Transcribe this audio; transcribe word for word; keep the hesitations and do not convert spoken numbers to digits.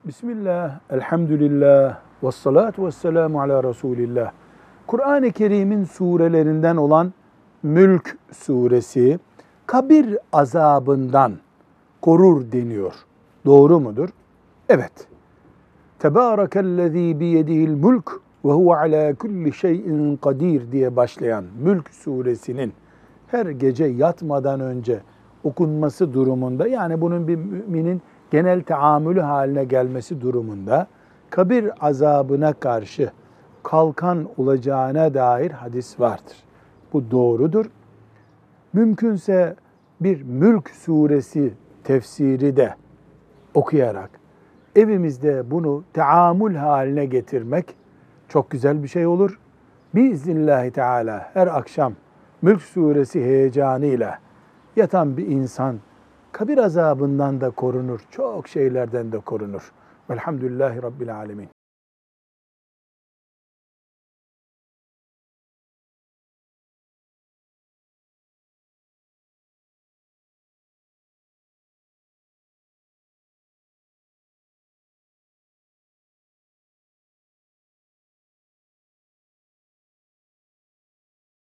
Bismillah, elhamdülillah, ve salatu ve selamu ala Resulillah. Kur'an-ı Kerim'in surelerinden olan Mülk suresi, kabir azabından korur deniyor. Doğru mudur? Evet. Tebârekellezî biyedihil mulk ve huve alâ kulli şeyin kadir diye başlayan Mülk suresinin her gece yatmadan önce okunması durumunda, yani bunun bir müminin genel tahammülü haline gelmesi durumunda kabir azabına karşı kalkan olacağına dair hadis vardır. Bu doğrudur. Mümkünse bir Mülk suresi tefsiri de okuyarak evimizde bunu tahammül haline getirmek çok güzel bir şey olur. Biiznillahü Teala her akşam Mülk suresi heyecanıyla yatan bir insan kabir azabından da korunur, çok şeylerden de korunur. Velhamdülillahi Rabbil Alemin.